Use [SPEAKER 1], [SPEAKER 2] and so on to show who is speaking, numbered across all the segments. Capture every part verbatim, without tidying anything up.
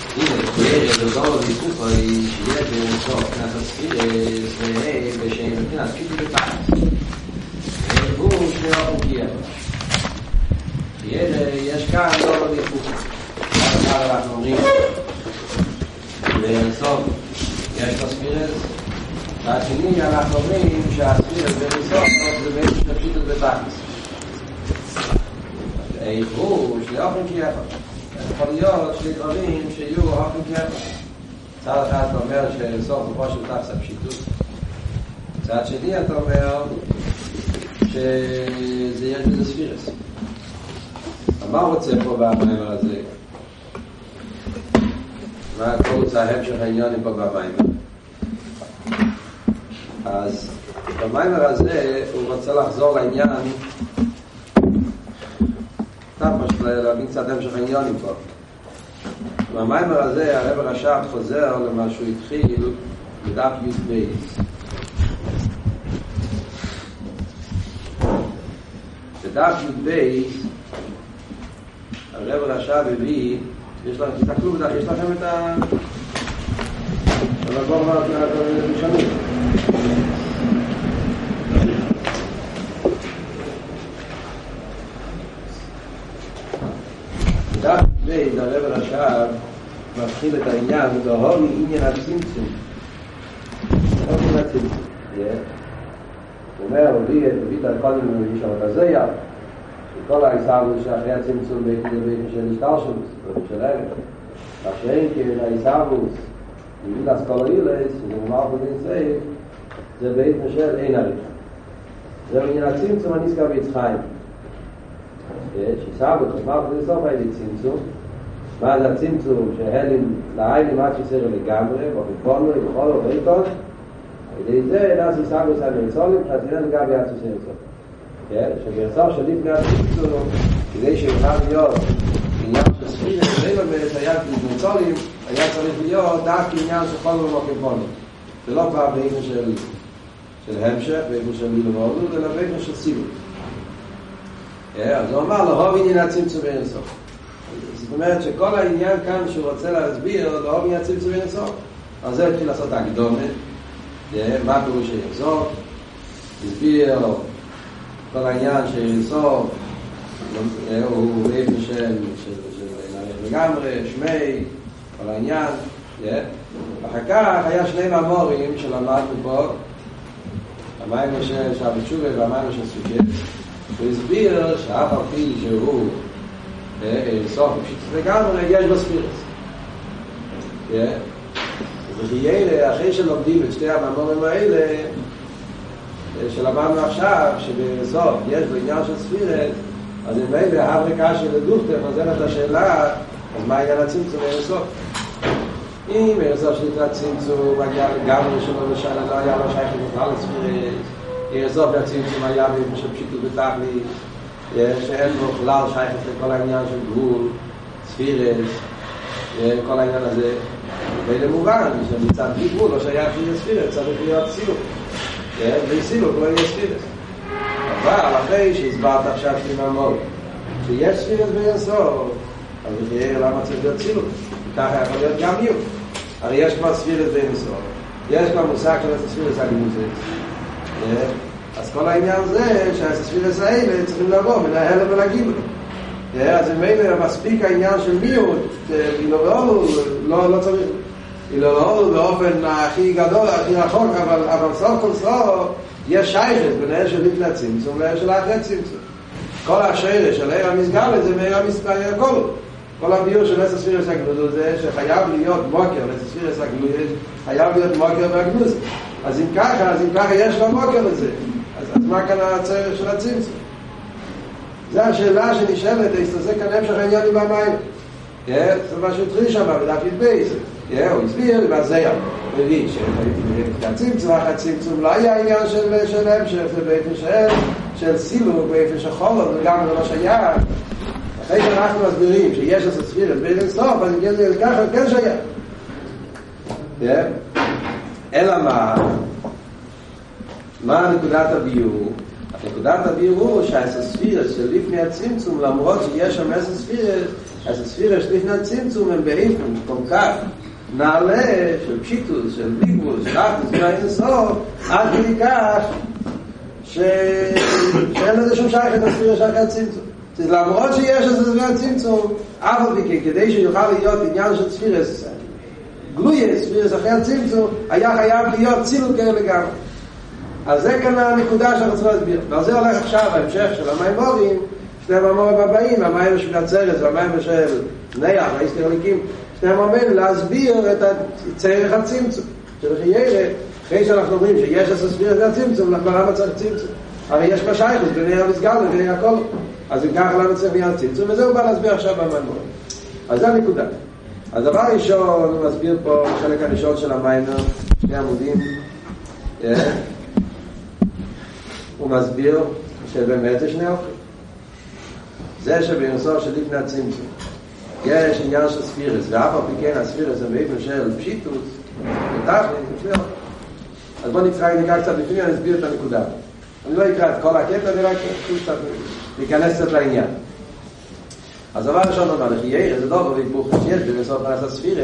[SPEAKER 1] הנה, זה לא ויכוח שיהיה בסוף קנס הספירס ושהם מבחינת פיתי בפעם והוא שני החוקייה יש כאן לא ויכוח עכשיו אנחנו אומרים בסוף יש הספירס והשני אנחנו אומרים שהספירס בסוף זה בעצם פשיטות בפעם הוא שני אופן שיהיה יכול להיות שני דברים שיהיו אופן כיפה צד אחד אתה אומר שסוף הוא פשוט תחס הפשיטות צד שני אתה אומר שזה יש בזה ספירס מה רוצה פה במיימר הזה? מה כל רוצה המשך העניינים פה במיימר? אז במיימר הזה הוא רוצה לחזור לעניין ממש להבין קצת המשך העניינים פה. במיימר הזה הרב רש"ב חוזר למה שהוא התחיל בדף י' בייס. בדף י' בייס הרב רש"ב הביא, יש לכם, תסתכלו בדף, יש לכם את ה... המקור מהראשונים. דף בייס הרב רש"ב מתחיל את העניין והוא עניין הצמצום. עניין הצמצום. הוא אומר, הוא הביא את הקודם מביא שם את הזיה שכל ההישאבות שאחרי הצמצום בית של השתלשלות של ערב כך שאין כן ההישאבות מביא לאסכולה אילס שזה אומר בדין סייב זה בית של אין עריך זה עניין הצמצום הנזכר ביצחיים שהישאבות אומר בדין סוף היה צמצום מה זה הצמצום שההלים לעין עד שיסר לגמרי ובפונו ובכל ובעיתון כדי זה נעש הישאבות המרצולים שעשינו גם ביד שיסר לגמרי שבסוף של לפני הצמצום כדי שיוכל להיות עניין של ספירה ולא מציית למצולים היה צריך להיות דווקא עניין של כל ומוקים פונים זה לא כבר באיפה של של המשך באיפה של מילו ועודות אלא באיפה של סיבות אז הוא אמר להוב עניין הצמצום ואין סוף זאת אומרת שכל העניין כאן שהוא רוצה להסביר להוב עניין הצמצום ואין סוף אז זה התחיל לעשות הקדומה מה פירוש שאין סוף הסביר כל העניין שסוף הוא איפה של לגמרי, שמי, כל העניין ואחר כך היה שני מאמורים שלמדנו פה המיימר של שבת שובה והמיימר של סוגיה הוא הסביר שאף על פי שהוא סוף פשוט לגמרי יש בו ספירס וכי אחרי שלומדים את שתי המאמורים האלה שלמדנו עכשיו שבסוף יש בעניין של ספירת אז אם אין בהברקה של הדוכתר חוזרת את השאלה אז מה העניין הצמצום אין סוף? אם אין סוף שנקרא צמצום מגיע לגמרי שלא לשאלה לא היה לא שייך לבחר לספירת אין סוף הצמצום היה של פשיטות בתכלית שאין בו כלל שייך לכל העניין של גבול ספירת כל העניין הזה ולמובן שמצד גבול לא שייך לספירת צריך להיות סילוק ויסילוק לא יהיה ספירס אבל אחרי שהסברת עכשיו שתי מאמור שיש ספירס ביסור אז תראה למה צריך להיות סילוק ככה יכול להיות גם יום הרי יש כבר ספירס ביסור יש כבר מושג של הספירס הגמוזית אז כל העניין זה שהספירס האלה צריכים לבוא מנהל ולהגיד לו אז אם אין מספיק העניין של מיעוט לא צריך היא לא לא באופן הכי גדול, הכי רחוק, אבל, אבל סוף כל סוף יש שייכת בין של לפני הצמצום של אחרי הצמצום. כל השיירה של עיר המסגל זה מעיר המסגל הכל. כל הביור של עשר ספירס הגנוז זה שחייב להיות מוקר, עשר ספירס הגנוז חייב להיות מוקר והגנוז. אז אם ככה, אז אם ככה יש לו מוקר לזה. אז, אז מה כאן הצורך של הצמצום? זו השאלה שנשאלת, זה כאן המשך העניינים במים. זה מה שהתחיל שם, בדף י' בייס. הוא הסביר, ואז זה מבין שהצמצום, הצמצום לא היה עניין של המשך, זה באיפה של סילוק, באיפה של חולות, וגם זה לא שייך. אחרי שאנחנו מסבירים שיש את הספירת בין סוף, אז זה ככה כן שייך. אלא מה? מה נקודת הביור? נקודת הביור הוא שהספירת של לפני הצמצום, למרות שיש שם עשר ספירת, אז הספירה שלפני הצמצום הם באיפן כל כך נעלה של פשיטוס, של ליגבול, של אחדוס, של האינסוף, עד כדי כך שאין לזה שום שייך את הספירה של אחרי הצמצום. למרות שיש את הספירה הצמצום, אף על פי כדי שיוכל להיות עניין של ספירה גלויה, ספירה אחרי הצמצום, היה חייב להיות צילוק כאלה לגמרי. אז זה כאן הנקודה שאנחנו צריכים להסביר. ועל זה הולך עכשיו ההמשך של המיימורים, שני המיימורים הבאים, המיימור של הצרס והמיימור של ניח, והאיסטר הליקים, שני המיימורים להסביר את הצריך הצמצום. שלחיירה, אחרי שאנחנו אומרים שיש את הספירה של הצמצום, כבר למה צריך צמצום? הרי יש משייכות בני המסגר ובני הכל. אז אם כך למה צריך להיות צמצום, וזה הוא בא להסביר עכשיו במיימורים. אז זה הנקודה. אז דבר ראשון, הוא מסביר פה חלק הראשון של המיימור, שני עמודים, הוא מסביר שבאמת זה שני אופנים. זה שבנוסף של לפני הצמצום יש עניין של ספירס, ואף על פי כן הספירס זה באופן של פשיטוס ותכלית, שני אופנים. אז בואו נקרא נקרא קצת לפני, אני אסביר את הנקודה. אני לא אקרא את כל הקטע, אני רק ניכנס קצת לעניין. אז דבר ראשון אומר לך, יהיה, זה לא בהיפוך שיש בנוסף על הספירס,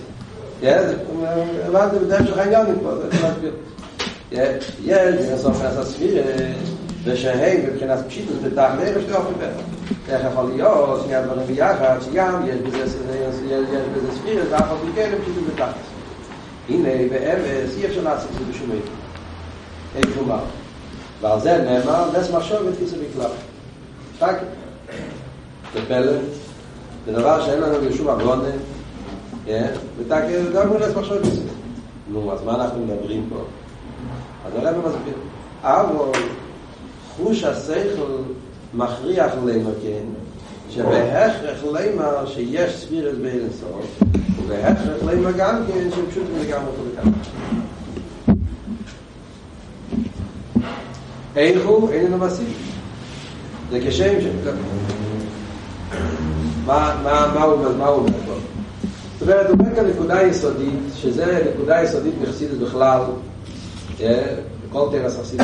[SPEAKER 1] הבנתי בדרך שלך עניינים פה, זה לא מסביר. יש בנוסף על הספירס, ושהם מבחינת פשיטוס בתכלית, יש שתי אופן בעצם. איך יכול להיות, שני הדברים ביחד, שגם יש בזה ספירס, ואף על פי כן פשיטוס בתכלית. הנה, באמס, אי אפשר לעשות את זה בשום איפה. אין כלומר. ועל זה נאמר, נס מחשוב ותפיסה בכלל. שתק. בפלא. זה דבר שאין לנו בשום אגרונה. ותק, דאגנו נס מחשוב ותפיסה. נו, אז מה אנחנו מדברים פה? אז הרב מסביר. אבל חוש השכל מכריח למה כן, שבהכרח למה שיש ספירס באין סוף, ובהכרח למה גם כן שפשוט מלגמרי אותו בכלל. איך הוא? איננו מסיב. זה כשם ש... מה, מה, מה הוא מה הוא אומר פה? זאת אומרת, הוא אומר כאן נקודה יסודית, שזה נקודה יסודית בחסידות בכלל, בכל תרס חסידות.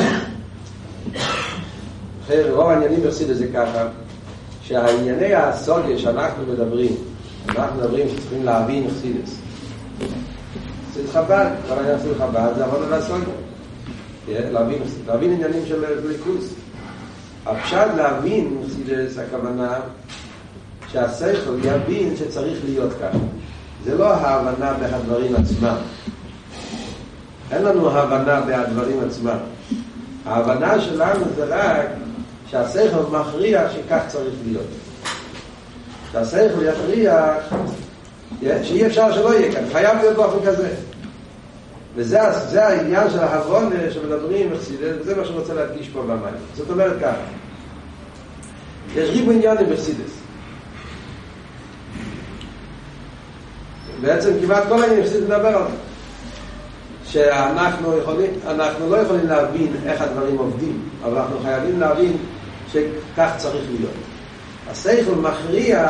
[SPEAKER 1] רוב העניינים בחסידות זה ככה, שהענייני הסוגיה שאנחנו מדברים, אנחנו מדברים שצריכים להבין חסידות. חסידות חב"ד, כל העניין חסידות חב"ד זה עבוד על הסוגיה. להבין, להבין עניינים של ליכוז. הפשט להבין חסידות הכוונה שהשכל יבין שצריך להיות כאן. זה לא ההבנה בהדברים עצמם. אין לנו הבנה בהדברים עצמם. ההבנה שלנו זה רק שהשכל מכריח שכך צריך להיות. שהשכל יכריח שאי אפשר שלא יהיה כאן. חייב להיות באופן כזה. וזה זה העניין של ההבון שמדברים בחסידות, זה מה שאני רוצה להדגיש פה במים. זאת אומרת ככה. יש ריבו עניינים בחסידות. בעצם כמעט כל העניין בחסידות מדבר על זה. שאנחנו יכולים, אנחנו לא יכולים להבין איך הדברים עובדים, אבל אנחנו חייבים להבין שכך צריך להיות. השכל מכריח,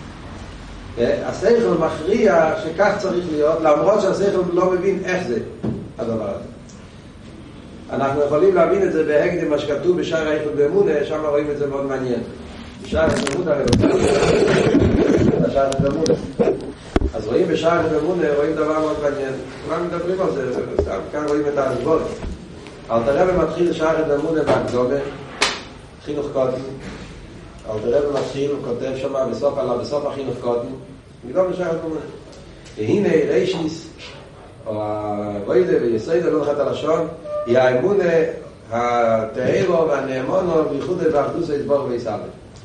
[SPEAKER 1] השכל מכריח שכך צריך להיות, למרות שהשכל לא מבין איך זה הדבר הזה. אנחנו יכולים להבין את זה בהקדם מה שכתוב בשער האיחוד באמונה, שם רואים את זה מאוד מעניין. בשער האיחוד באמונה, בשער האיחוד באמונה. אז רואים בשער האיחוד באמונה, רואים דבר מאוד מעניין. כולם מדברים על זה, כאן רואים את ההסבוד. אלתר רבי מתחיל שער האיחוד באמונה בהקדומה, חינוך קודם. אלתר רבי מתחיל, הוא כותב שם בסוף עליו, בסוף החינוך קודם, מקדום לשער האיחוד באמונה. והנה רישיס, או הרוידה ויסוידה, לא נכת הלשון, היא האמונה, התאירו והנאמונו, בייחוד ואחדוס ויתבור ויסלם.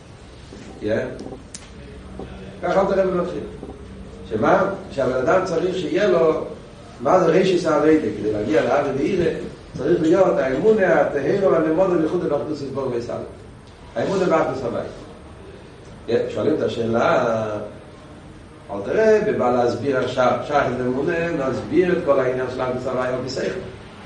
[SPEAKER 1] ככה אלתר רבי מתחיל. שמה? שהבן אדם צריך שיהיה לו, מה זה רישיס הרוידה? כדי להגיע לאבא ואירה, צריך להיות האמונה, התאירו והנאמונו, בייחוד ואחדוס ויתבור ויסלם. האמונה באחדוס הבית. שואלים את השאלה, אלתר רבי בא להסביר עכשיו, שייך לאמונה, להסביר את כל העניין של אחדוס הבית או בסייכל.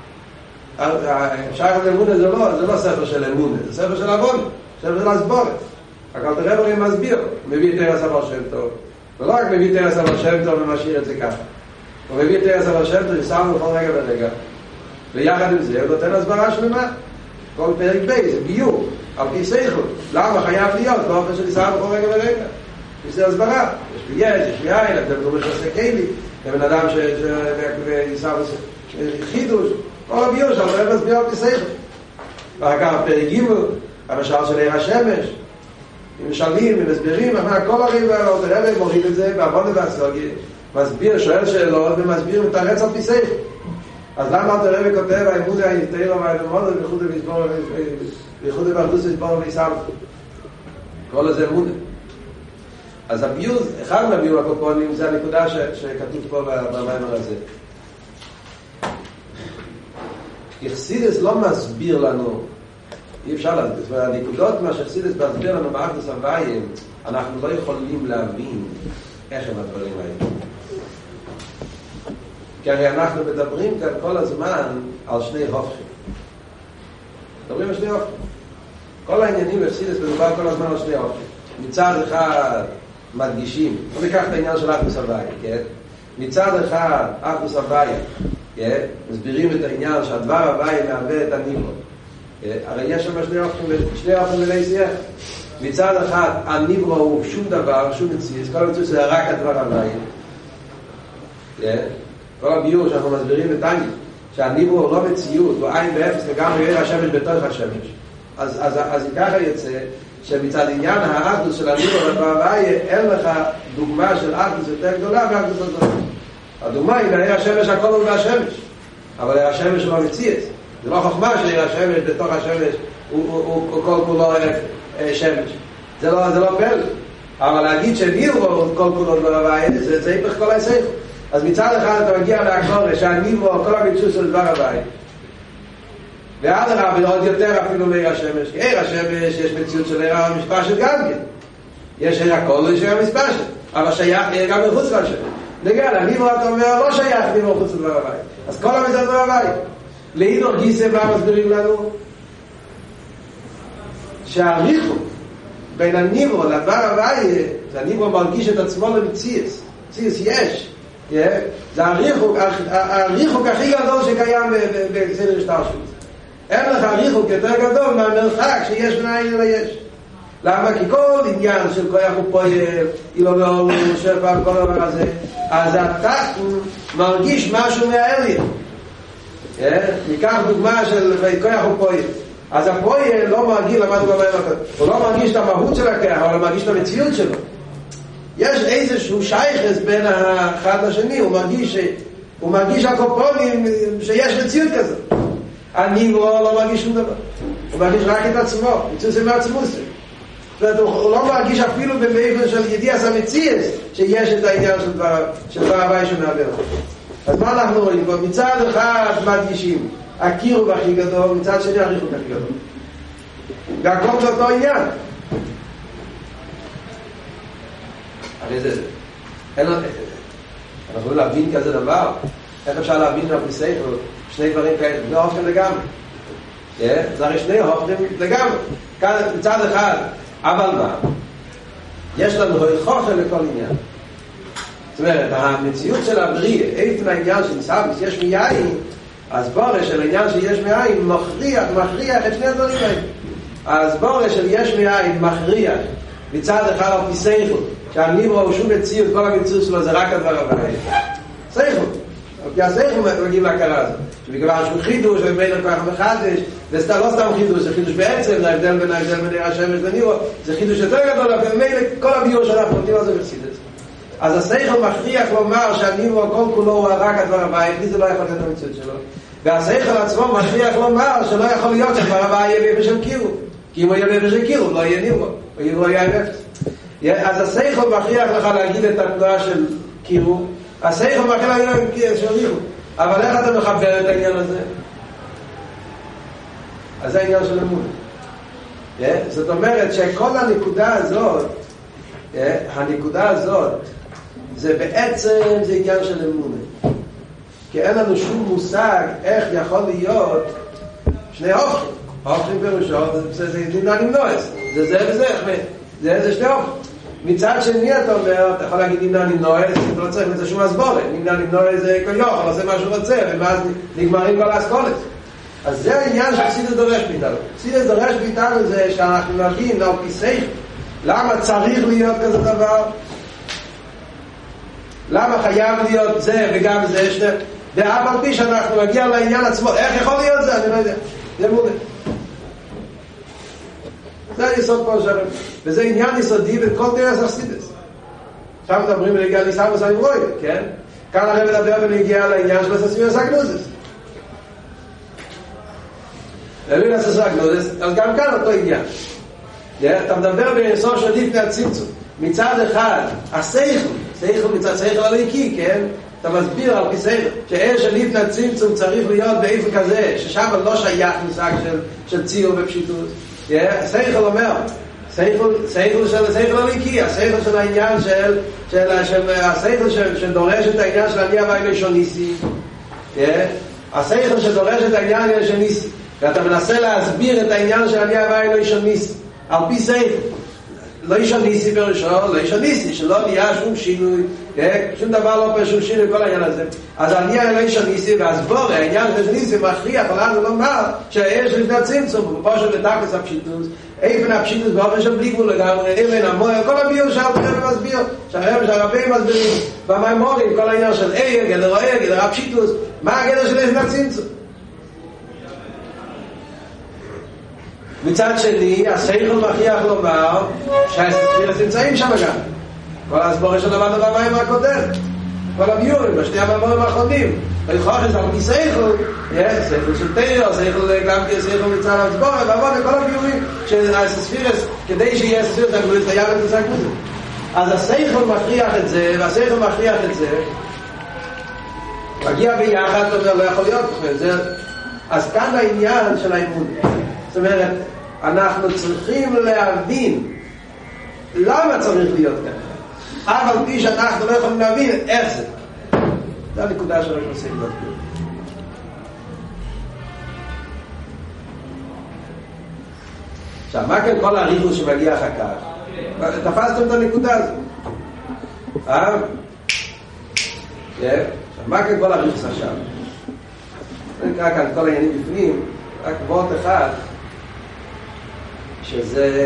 [SPEAKER 1] שייך לאמונה זה לא, זה לא ספר של אמונה, זה ספר של עוון, ספר של הסבורת. רק אלתר רבי מסביר, מביא תרס אבר שם טוב. ולא רק מביא תרס אבר שם טוב ומשאיר את זה ככה. הוא מביא תרס אבר שם טוב, יסענו בכל רגע ורגע. ויחד עם זה, הוא נותן הסברה שלמה. כל פרק בי, זה ביור, על פי סייכל. למה חייב להיות באופן של יסענו בכל רגע ורגע? יש לי הסברה, יש לי יש, יש לי עין, אתם לא משעשה כלי, לבן אדם שיסב חידוש, כל הביור שלנו, לא מסביר אותי סייך. ואחר כך פרק ג' המשל של עיר השמש, עם משלים, עם הסברים, כל הרים והרעות, הרב מוריד את זה, בעבוד ובאסלוגיה, מסביר, שואל שאלות, ומסביר את הרץ על פי סייך. אז למה אתה הרב כותב, האמונה היתר והאמונה, ויחוד ובסבור, ויחוד ובאחדוס ובסבור ויסב. כל הזה אמונה. אז הביוז, אחד מהביוז הקופונים, זה הנקודה ש, שכתוב פה במאמר הזה. חסידס לא מסביר לנו, אי אפשר להסביר, זאת אומרת, הנקודות מה שחסידס מסביר לנו באחדוס הוויים, אנחנו לא יכולים להבין איך הם הדברים האלה. כי הרי אנחנו מדברים כאן כל הזמן על שני הופכים. מדברים על שני הופכים. כל העניינים בחסידס מדובר כל הזמן על שני הופכים. מצד אחד מדגישים, בוא ניקח את העניין של אחדוס הוויה, כן? מצד אחד אחדוס הוויה, כן? מסבירים את העניין שהדבר הוויה מהווה את הניברו. הרי יש שם שני הופכים, שני הופכים מלאי שיח. מצד אחד הניברו הוא שום דבר, שום מציאות, כל המציאות זה רק הדבר הוויה. כן? כל הביור שאנחנו מסבירים את העניין, שהניברו הוא לא מציאות, הוא עין באפס לגמרי עיר השמש בתוך השמש. אז, אז, אז ככה יצא שמצד עניין האחדוס של הניברו וההוויה אין לך דוגמה של אחדוס יותר גדולה והאחדוס הזאת. הדוגמה היא לעיר השמש הכל הוא בהשמש, אבל עיר השמש הוא לא מציאות. זה לא חוכמה שעיר השמש בתוך השמש הוא, הוא, הוא, הוא כל כולו שמש. זה לא, זה לא פלא. אבל להגיד שניברו הוא כל כולו בהוויה זה, זה היפך כל היסף. אז מצד אחד אתה מגיע להקורא שהניברו כל המציאות של דבר הוויה. ועד הרב ועוד יותר אפילו לעיר השמש. כי עיר השמש יש מציאות של עיר המשפשת גם כן. יש עיר הכל ויש עיר המשפשת. אבל שייך עיר גם מחוץ לשמש. נגע, הניברו אתה אומר לא שייך ניברו חוץ לדבר הוויה. אז כל המציאות דבר הוויה. להידור גיסא מה מסבירים לנו? שהריחוק בין הניברו לדבר הוויה, זה הניברו מרגיש את עצמו למציאות. מציאות יש. זה הריחוק, הריחוק הכי גדול שקיים בסדר השתרשות. אין לך ריחוק יותר גדול מהמרחק שיש בין העין אלא יש. למה? כי כל עניין של כוח הוא פועל, אילו לא שפע וכל דבר הזה, אז אתה מרגיש משהו מהעליין. ניקח דוגמה של כוח הוא פועל. אז הפועל לא מרגיש, למדנו במה אחת, הוא לא מרגיש את המהות של הכוח, אבל הוא מרגיש את המציאות שלו. יש איזשהו שייכס בין האחד לשני, הוא מרגיש, הוא מרגיש הקופונים שיש מציאות כזאת. הניברו לא מרגיש שום דבר. הוא מרגיש רק את עצמו, מציאות זה מעצמות. זאת אומרת, הוא לא מרגיש אפילו במאיפן של ידיעס המציאות שיש את העניין של דבר, של דבר הווי שמעבר. אז מה אנחנו רואים? מצד אחד מדגישים, הקירוב הכי גדול, מצד שני הריחוק הכי גדול. והכל זה אותו עניין. הרי זה, אין לנו, אנחנו יכולים להבין כזה דבר, איך אפשר להבין על פי סייכל, שני דברים כאלה, שני הופכים לגמרי. זה הרי שני הופכים לגמרי. כאן מצד אחד, אבל מה? יש לנו הוכחה לכל עניין. זאת אומרת, המציאות של הבריאה, איתן העניין של סבס, יש מיין, אז בורש של העניין שיש מיין, מכריח, מכריח את שני הדברים האלה. אז בורש של יש מיין, מכריח, מצד אחד על פי סייכל, שהניברו הוא שום מציאות, כל המציאות שלו זה רק הדבר הוויה. סייכל. כי הסייכל מגיעים להכרה הזאת. שבגלל שהוא חידוש, ובין הכוח המחדש, זה לא סתם חידוש, זה חידוש בעצם, זה ההבדל בין ההבדל בין עיר השמש וניברו, זה חידוש יותר גדול, ומילא כל הביור שאנחנו נותנים על זה בחסידות. אז הסייכל מכריח לומר שהניברו כל כולו הוא רק הדבר הוויה, בלי זה לא יכול להיות המציאות שלו. והסייכל עצמו מכריח לומר שלא יכול להיות שהדבר הוויה יהיה באפס של קירוב. כי אם הוא יהיה באפס של קירוב, לא יהיה ניברו, הוא יהיה באפס. אז הסייכל מכריח לך להגיד את התנועה של קירוב, הסייכל מכריח להגיד את של ניברו. אבל איך אתה מחבר את העניין הזה? אז זה העניין של אמונה. זאת אומרת שכל הנקודה הזאת, הנקודה הזאת, זה בעצם זה עניין של אמונה. כי אין לנו שום מושג איך יכול להיות שני הופכים. הופכים פירושו, זה נמנע נמנועס. זה זה וזה, זה זה שני הופכים. מצד שני אתה אומר, אתה יכול להגיד נמנע נמנועס, אתה לא צריך לזה שום הסבולת. נמנע נמנועס זה כל יום, אבל זה מה שהוא רוצה, ואז נגמרים כל האסכולת. אז זה העניין שחסידות דורש מאיתנו. חסידות דורש מאיתנו זה שאנחנו נבין על פי סייכל, למה צריך להיות כזה דבר? למה חייב להיות זה וגם זה שני? ואף על פי שאנחנו נגיע לעניין עצמו, איך יכול להיות זה? אני לא יודע. זה מודה. זה היסוד פה שלנו. וזה עניין יסודי בכל תרס אכסידס. עכשיו מדברים בנגיע ליסאבוס הנברוי, כן? כאן הרב מדבר בנגיע לעניין של הסספירס הגנוזס. לבין הסספירס הגנוזס, אז גם כאן אותו עניין. אתה מדבר ביסוד של לפני הצמצום. מצד אחד, השכל, שכל מצד שכל הליקי, כן? אתה מסביר על פי שכל, שאין של לפני הצמצום צריך להיות באיפה כזה, ששם לא שייך מושג של, של ציור ופשיטות. השכל אומר, שכל של השכל הליקי, השכל של העניין של, של, של השכל של, שדורש את העניין של עלייה והאילושון ניסי, השכל שדורש את העניין של ניסי, ואתה מנסה להסביר את העניין של עלייה והאילושון ניסי, על פי שכל. לא איש הניסי בראשון, לא איש הניסי, שלא נהיה שום שינוי, שום דבר לא פשוט שינוי כל העניין הזה. אז אני לא איש הניסי, והסבור, העניין של הניסי מכריח, אבל אז הוא לומר שיש לפני הצמצום, בפושט לתכלס הפשיטוס, איפן הפשיטוס באופן של בלי גבול לגמרי, איפן המויר, כל הביור שהרבה מסביר, שהרבה שהרבה מסבירים, במיימורים, כל העניין של איר, גדר איר, גדר הפשיטוס, מה הגדר של לפני הצמצום? מצד שני, השכל מכריח לומר שהספירס נמצאים שם גם. כל הסבור יש לדבר דבר מים הקודם. כל הביורים, בשני המאמרים האחרונים. ויכוחס על פי שכל, שכל של תיאו, שכל גם כשכל מצד הסבור, ועבוד לכל הביורים של הספירס, כדי שיהיה הספירס הגבולית חייב את זה כזה. אז השכל מכריח את זה, והשכל מכריח את זה, מגיע ביחד, לא יכול להיות. אז כאן העניין של האמון. זאת אומרת, אנחנו צריכים להבין למה צריך להיות ככה. אבל פי שאנחנו לא יכולים להבין איך זה. זו הנקודה שאנחנו עושים להסביר. עכשיו, מה כאן כל הריבוס שמגיע אחר כך? תפסתם את הנקודה הזו? אה? עכשיו, מה כאן כל הריבוס עכשיו? נקרא כאן כל העניינים בפנים, רק באות אחד, שזה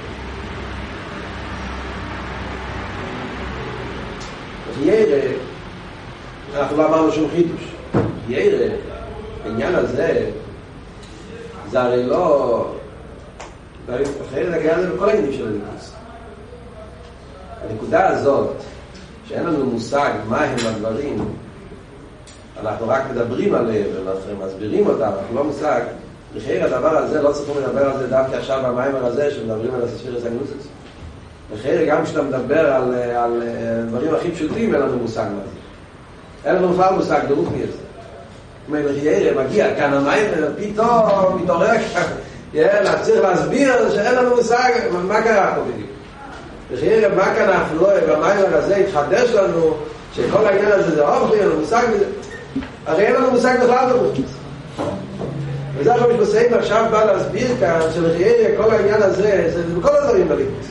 [SPEAKER 1] ירא, אנחנו לא אמרנו שום חידוש. ירא, בעניין הזה, זה הרי לא, אחרי נגיע לזה בכל העניינים של הליכוס. הנקודה הזאת, שאין לנו מושג מה הם הדברים, אנחנו רק מדברים עליהם ואנחנו מסבירים אותם, אנחנו לא מושג. לחייר הדבר הזה לא צריכים לדבר על זה דווקא עכשיו במיימר הזה שמדברים על הספירס הגנוזס. לחייר גם כשאתה מדבר על, על דברים הכי פשוטים אין לנו מושג מה זה. אין לנו בכלל מושג ברוחני הזה. זאת אומרת, לחייר מגיע כאן המיימר, פתאום מתעורר כאן, צריך להסביר שאין לנו מושג מה קרה פה בדיוק. לחייר מה כאן אנחנו במיימר הזה התחדש לנו שכל העניין הזה זה אופי, אין לנו מושג בזה. הרי אין לנו מושג בכלל ברוחני. וזה עכשיו משבסעים עכשיו בא להסביר כאן שלחייר כל העניין הזה זה בכל הדברים בליכוס.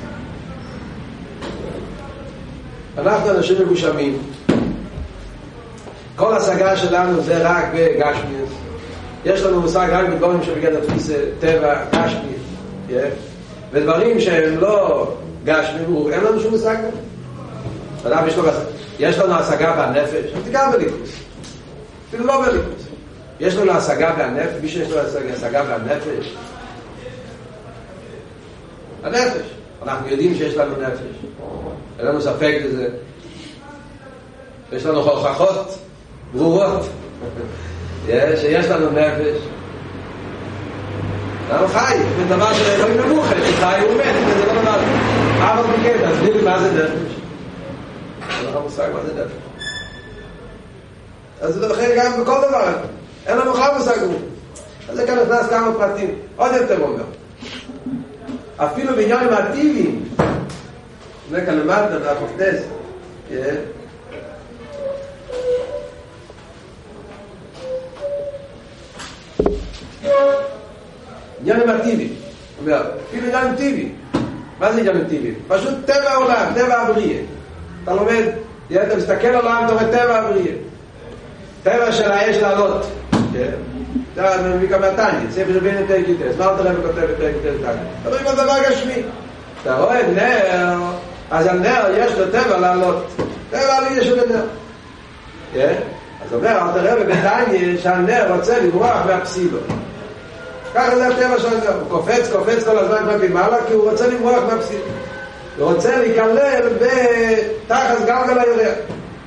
[SPEAKER 1] אנחנו אנשים מגושמים, כל השגה שלנו זה רק בגשמיוס. יש לנו מושג רק בדברים שבגלל תפיס טבע גשמי, ודברים שהם לא גשמי, אין לנו שום מושג. יש לנו השגה בנפש, גם בליכוס, אפילו לא בליכוס. יש לנו השגה בנפש, מי שיש לו השגה בנפש, הנפש, אנחנו יודעים שיש לנו נפש, אין לנו ספק בזה. יש לנו הוכחות ברורות שיש לנו נפש. אנחנו חי, זה דבר שאלוהים נמוכה, שחי הוא מת, זה לא דבר. אבל בקטע, תסביר לי מה זה נפש. אין לך מושג מה זה נפש. אז זה לכן גם בכל דבר, אין לנו בכלל מושג בו. אז זה כאן נכנס כמה פרטים, עוד יותר אומר. אפילו בעניינים הטבעיים, זה כאן למטה, והחופנס, כן? עניינים הטבעיים, אומר, אפילו עניינים טבעיים. מה זה עניינים טבעיים? פשוט טבע העולם, טבע הבריאה. אתה לומד, אתה מסתכל על העולם, אתה רואה טבע הבריאה. טבע של האש לעלות. זה מכמה תנית, ספר בין את היקיטס. מה אתה רב כותב את היקיטס? אתה רואים על דבר גשמי. אתה רואה נר, אז הנר יש לו טבע לעלות. טבע לי יש לו נר. אז אומר, אל תראה בבטניה שהנר רוצה לברוח מהפסידו. ככה זה הטבע של הנר. הוא קופץ, קופץ כל הזמן כלפי מעלה, כי הוא רוצה לברוח מהפסידו. הוא רוצה להיכלל בתחת גלגל הירח.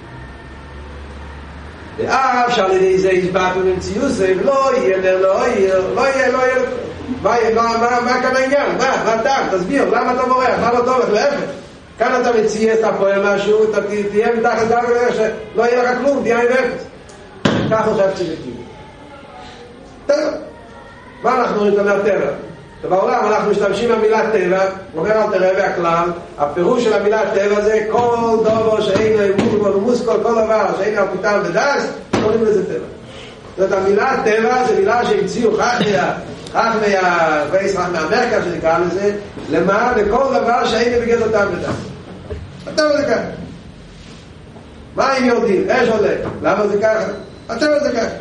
[SPEAKER 1] ואף שעל ידי זה הסברנו למציאות זה, לא יהיה נר, לא יהיה, לא יהיה, לא יהיה. מה כאן העניין? מה? מה אתה? תסביר, למה אתה מורח? מה לא טוב? להפך. כאן אתה מציע, אתה פועל משהו, אתה תהיה מתחת גלגל הירח שלא יהיה לך כלום, תהיה עם אפס. ככה חשבתי לכיוון. טבע. מה אנחנו אומרים את טבע? בעולם אנחנו משתמשים במילה טבע, אומר אל תראה והכלל, הפירוש של המילה טבע זה כל דבר שאינו אמון ומוסקול, כל דבר שאינו פיתן ודס, קוראים לזה טבע. זאת המילה טבע זה מילה שהמציאו חכמיה, חכמיה, וייס חכמיה אמריקה שנקרא לזה, למה? לכל דבר שאינו בגד אותם ודס. הטבע זה ככה. מה אם יורדים? אש עולה. למה זה ככה? הטבע זה ככה.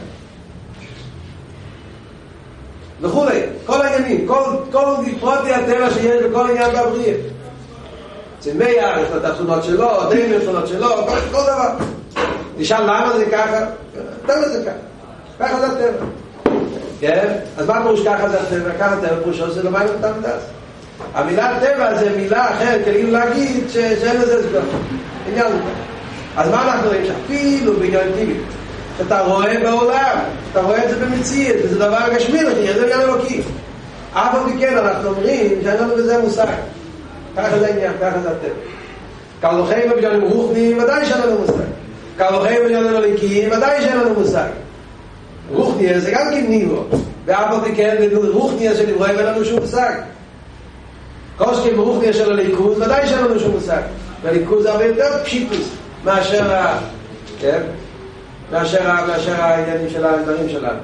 [SPEAKER 1] וכולי, כל העניינים, כל, כל פרוטי הטבע שיש בכל עניין בבריאה. צמח, יש לו את התכונות שלו, דם יש תכונות שלו, כל, כל דבר. נשאל למה זה ככה? טבע זה ככה. ככה זה הטבע. כן? אז מה פירוש ככה זה הטבע? ככה הטבע פירושו זה למים אותם דס. המילה טבע זה מילה אחרת, כאילו להגיד ש... שאין לזה סגר. עניין זה. אז מה אנחנו רואים? שאפילו בעניין טבעי. שאתה רואה בעולם, אתה רואה את זה במציאות, וזה דבר גשמי, זה עניין אלוקי. אף על פי כן אנחנו אומרים שאין לנו בזה מושג. ככה זה העניין, ככה זה הטבע. קלוחים ובג'לים רוחניים, ודאי שאין לנו מושג. קלוחים ובג'לים אלוקיים, ודאי שאין לנו מושג. רוחניה זה גם כן ניבו. ואף על פי כן, רוחניה של נבראים אין לנו שום מושג. קושקים ברוחניה של הליכוז, ודאי שאין לנו שום מושג. והליכוז זה הרבה יותר פשיטוס מאשר ה... כן? מאשר, מאשר העניינים של הדברים שלנו.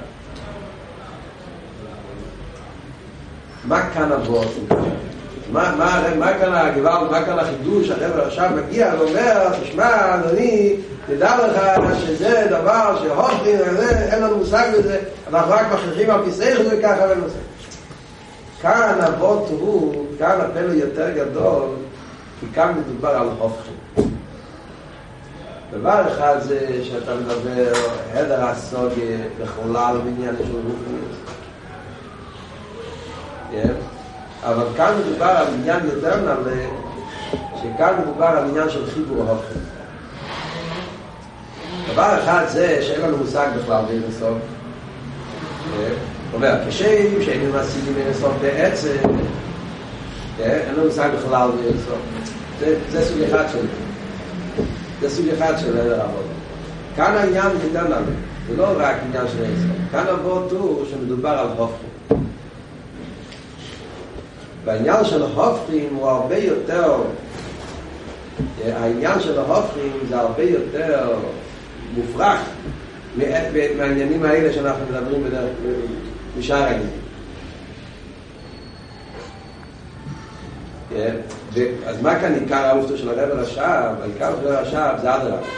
[SPEAKER 1] מה כאן הבוס? מה, מה, מה כאן הגבל, מה כאן החידוש? החבר'ה עכשיו מגיע ואומר, תשמע, אדוני, תדע לך שזה דבר שהופכים, אין לנו מושג בזה, אנחנו רק מכריחים על פיסח וזה ככה ונושא. כאן הבוס הוא, כאן הפלא יותר גדול, כי כאן מדובר על הופכים. דבר אחד זה שאתה מדבר הדר הסוגיה בחולל בעניין של רוחניות. אבל כאן מדובר על עניין יותר נעלה, שכאן מדובר על עניין של חיבור ההופכים. דבר אחד זה שאין לנו מושג בכלל בין הסוג. אומר, כשם שאין לנו משיגים בין הסוג בעצם, אין לנו מושג בכלל בין הסוג. זה סוג אחד שלי. זה סוג אחד של הדר עבוד. כאן העניין יותר נעלה. זה לא רק עניין של הסוג. כאן עבוד הוא שמדובר על הופכים. והעניין של ההופכים הוא הרבה יותר, העניין של ההופכים זה הרבה יותר מופרך מהעניינים האלה שאנחנו מדברים בדרך משאר העניינים. אז מה כאן עיקר האופתו של הרב הרש"ב? העיקר של הרש"ב זה עד הרב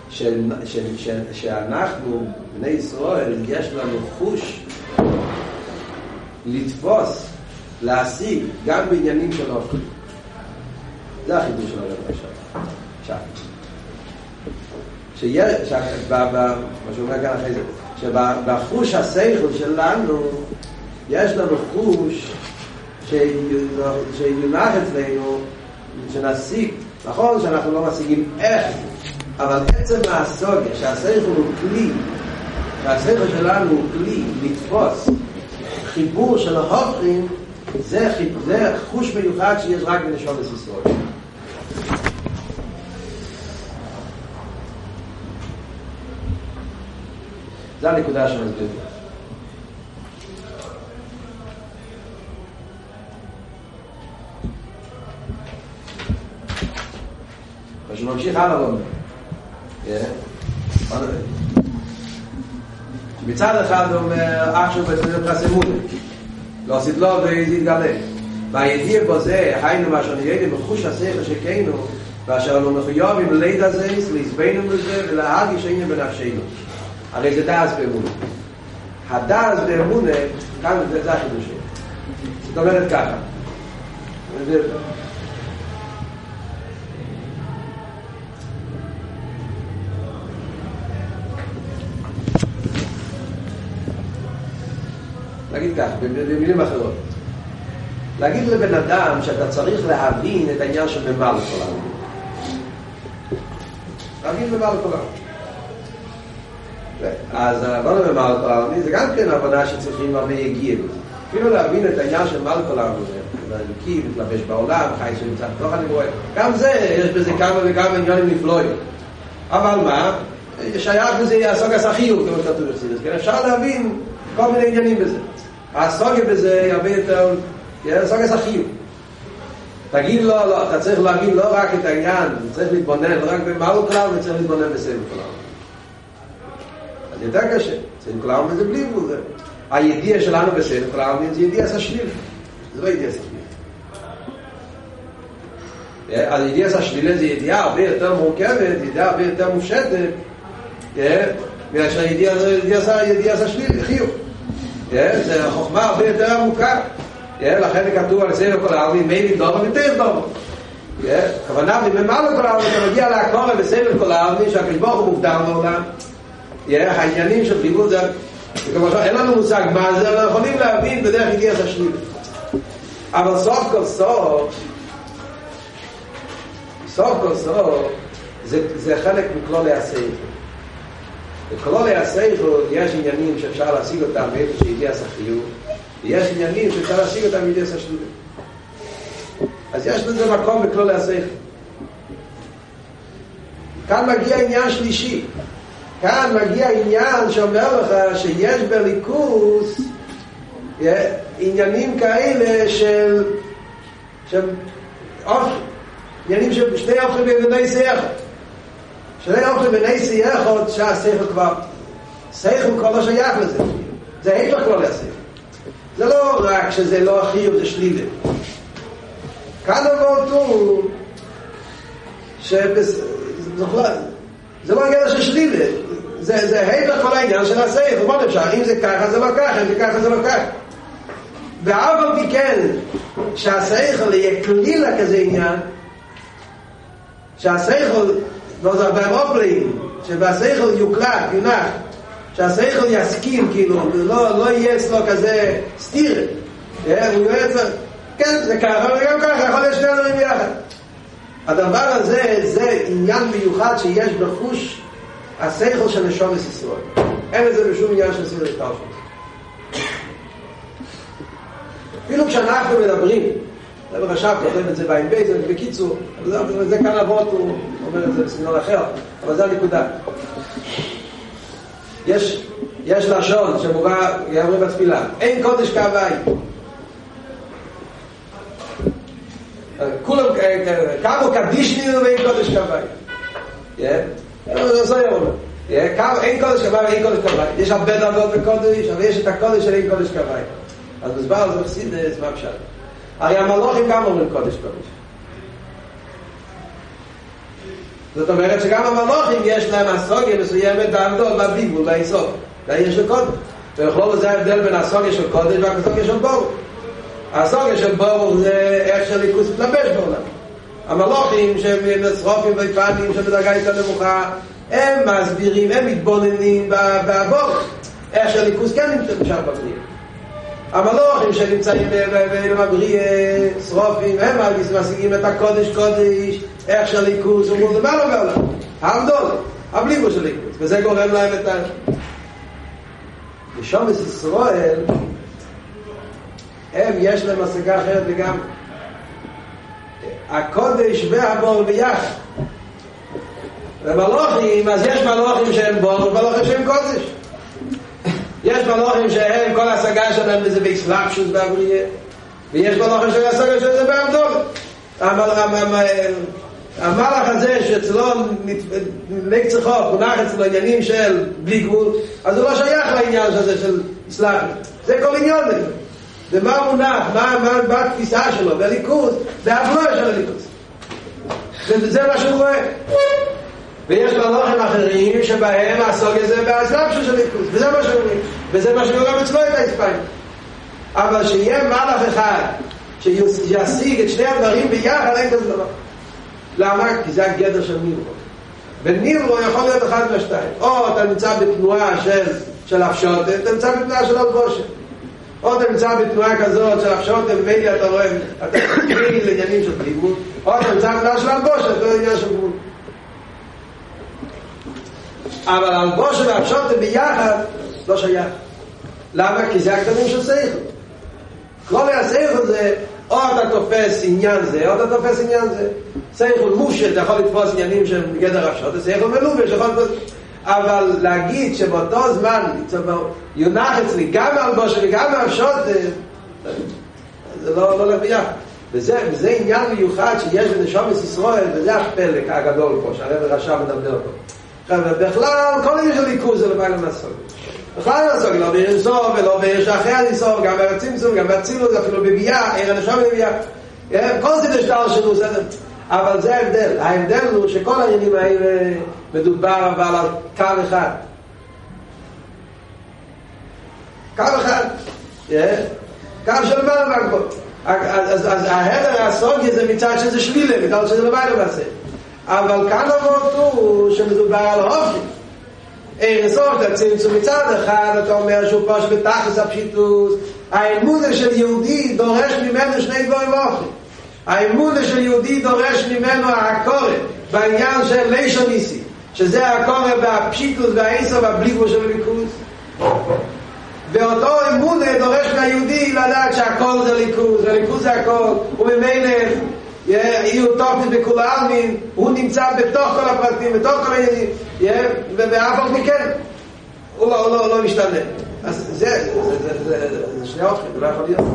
[SPEAKER 1] שאנחנו בני ישראל יש לנו חוש לתפוס להשיג גם בעניינים של אופן. זה החידוש של הרב הרש"ב. עכשיו שיש, מה שאומר כאן אחרי זה, שבחוש השכל שלנו יש לנו חוש שיונח אצלנו שנשיג, נכון שאנחנו לא משיגים איך, אבל עצם מהסוגיה שהשכל הוא כלי, שהשכל שלנו הוא כלי לתפוס חיבור של ההופכים, זה, זה חוש מיוחד שיש רק בנשום ישראל. זה הנקודה שמסביר. ושנמשיך הלאה לומר. מצד אחד הוא אומר, אך שהוא בצדד חסמות. לא עשית לו ואיזה יתגלה. והידיע בו זה, היינו מה שאני ידע בחוש השכל שכנו, ואשר לא מחויבים לידע זה, להסבינו בזה, ולהרגיש היינו בנפשנו. הרי זה דאז באמונה. הדאז באמונה, כאן זה החידוש. זאת אומרת ככה. להגיד כך, במילים אחרות. להגיד לבן אדם שאתה צריך להבין את העניין של ממלא כל העולם. להגיד ממלא כל העולם. אז לא ממלא כל העולם, זה גם כן הבנה שצריכים הרבה יגיע בזה. אפילו להבין את העניין של ממלא כל העולם, להלקי, להתלבש בעולם, חי שנמצא בתוך הנבואה. גם זה, יש בזה כמה וכמה עניינים נפלאים. אבל מה? שייך בזה הסוגיה החיוב, כמו כתוב בחסידות. אפשר להבין כל מיני עניינים בזה. הסוגיה בזה הרבה יותר, הסוגיה החיוב. תגיד לו, לא, אתה צריך להבין לא רק את העניין, צריך להתבונן, לא רק במעל כלל, וצריך להתבונן בסדר כלל. אז יותר קשה, בסדר כלל זה בלי בו. הידיעה שלנו בסדר כלל זה ידיעה השליל. זה לא ידיעה השליל. אז ידיעה השליל זה ידיעה הרבה יותר מורכבת, ידיעה הרבה יותר מופשטת, מאשר ידיעה השליל, חיוב. זה חוכמה הרבה יותר עמוקה. לכן כתוב על סדר כל העלמין מיילים דומה ותר דומה. הכוונה בממלא כל העלמין אתה מגיע להקורא בסדר כל העלמין שהקדוש ברוך הוא מוגדר לעולם. העניינים של חיבור זה אין לנו מושג מה זה, אנחנו יכולים להבין בדרך ידיעה השליל. אבל סוף כל סוף סוף כל סוף זה, זה חלק מכלולי השכל. בכלולי השכל יש עניינים שאפשר להשיג אותם באיפה שידיעה השחיוב, ויש עניינים שאפשר להשיג אותם בידיעה השליל. אז יש לזה מקום בכלולי השכל. כאן מגיע עניין שלישי. כאן מגיע עניין שאומר לך שיש בליכוס עניינים כאלה של של אופן, עניינים של שני אופן ובני סייחת. שני אופן ובני סייחת שהשכל כבר שכל כבר לא שייך לזה. זה היפך לא להשכל. זה לא רק שזה לא החיוב, זה שלילה. כאן אמרת הוא שבס... זה לא עניין של שלילה. זה, זה היפך כל העניין של השכל. בוא נפשר, אם זה ככה זה לא ככה, אם זה ככה זה לא ככה. ואף על פי כן שהשכל יהיה כלילה כזה עניין, שהשכל לא זה הרבה מופלאים, שבשכל יוקלט, יונח, שהשכל יסכים כאילו, לא, לא יהיה אצלו כזה סתיר. הוא יהיה אצלו, כן, זה ככה וגם ככה, יכול להיות שני דברים ביחד. הדבר הזה זה עניין מיוחד שיש בחוש השכל של נשומת ישראל. אין לזה בשום עניין של סדר השטר. אפילו כשאנחנו מדברים, זה ברשב כותב את זה בעין בי, זה בקיצור, זה, זה כאן אבות, הוא אומר את זה בסגנון אחר, אבל זה הנקודה. יש, יש לשון שמובא, יאמרים בתפילה, אין קודש כהווי. כולם, כמה קדישני ואין קודש כהווי. זה יאמר. אין קודש כהווי ואין קודש כהווי. יש הרבה דרגות בקודש, אבל יש את הקודש של אין קודש כהווי. אז מסבר על זה חסידות, מה פשט? הרי המלוכים גם אומרים קודש קודש. זאת אומרת שגם המלוכים יש להם הסוגיה מסוימת דעתו בביגבול, ביסוד. ויש של קודש. ובכלול זה ההבדל בין הסוגיה של קודש והסוגיה של בור. הסוגיה של בור זה איך של ליכוס מתלבש בעולם. המלוכים שהם שרופים ופנים שבדרגה יותר נמוכה, הם מסבירים, הם מתבוננים בבור. איך של ליכוס כן נמשך בפנים. המלוכים שנמצאים באלם הבריא שרופים, הם משיגים את הקודש קודש, איך של ליכוס, אומרים למה לא בעולם? העמדול, הבליבו של ליכוס, וזה גורם להם את ה... נשומת ישראל, הם יש להם השגה אחרת וגם הקודש והבור ביחד. ומלוכים, אז יש מלוכים שהם בור ומלוכים שהם קודש. יש מלוכים שהם כל השגה שלהם וזה בהסלאפשוס בעברייה, ויש מלוכים של השגה שזה בעמדול. המלאך הזה שאצלו נקצה חוק, מונח אצלו עניינים של בלי גבול, אז הוא לא שייך לעניין הזה של סלאפשוס. זה כל עניין הזה. ומה מונח, מה, מה, מה התפיסה שלו, בליכוז, זה הבלויה של הליכוז. וזה מה שהוא רואה. ויש מלוכים אחרים שבהם הסוג הזה בהסלאפשוס של ליכוז, וזה מה שהוא רואה. וזה מה שהוא גם אצלו את ההספיים. אבל שיהיה מלאך אחד שישיג את שני הדברים ביחד, אין כזה דבר. למה? כי זה הגדר של נירו. ונירו יכול להיות אחד מהשתיים. או אתה נמצא בתנועה של, של הפשוט, אתה נמצא בתנועה של הלבושת. או אתה נמצא בתנועה כזאת של הפשעות, וממילא אתה רואה, אתה תקריא לעניינים של לימוד, או אתה נמצא בתנועה של הלבושה, אתה רואה עניין של גבול. אבל הלבושה והפשעות ביחד לא שייך. למה? כי זה הקטנים של שכל. כל השכל זה, או אתה תופס עניין זה, או אתה תופס עניין זה. שכל מושל, אתה יכול לתפוס עניינים של גדר הפשעות, שכל מלובש, יכול לתפוס... אבל להגיד שבאותו זמן יונח אצלי גם הלבושה וגם הפשעות, זה לא הולך ביחד. וזה, וזה עניין מיוחד שיש בנשומת ישראל, וזה הפלק הגדול פה, שהרב רש"ב מדבר פה. בכלל, כל עניין של ליכוז זה לבעל המסוג. בכלל המסוג, לא בעיר סוף, ולא בעיר שאחרי הניסוף, גם בצמצום, גם בצילוס, אפילו בבייה, עיר הנשומת בבייה. כל זה בשטר שלו, אבל זה ההבדל. ההבדל הוא שכל העניינים האלה מדובר אבל על קו אחד. קו אחד. קו של מעלה והכל. אז ההדר הסוגי זה מצד שזה שבילה, בגלל שזה לבית למעשה. אבל כאן אמרת הוא שמדובר על אופי. אין סוף לצמצום מצד אחד, אתה אומר שהוא פשוט בתכלס הפשיטוס. האמונה של יהודי דורש ממנו שני דברים אופי. האמונה של יהודי דורש ממנו הקורא בעניין של לישון ניסי, שזה הקורא והפשיטוס והאיסו והבליבו של הליכוז. ואותו אמונה דורש מהיהודי לדעת שהכל זה ליכוז, והליכוז זה הכל, וממילא יהיו תוכנית בכול העלמין, הוא נמצא בתוך כל הפרטים, בתוך כל העניינים, ואף עוד מכן הוא לא, לא, לא משתנה. אז זה, זה, זה, זה, זה שני אופן, זה לא יכול להיות.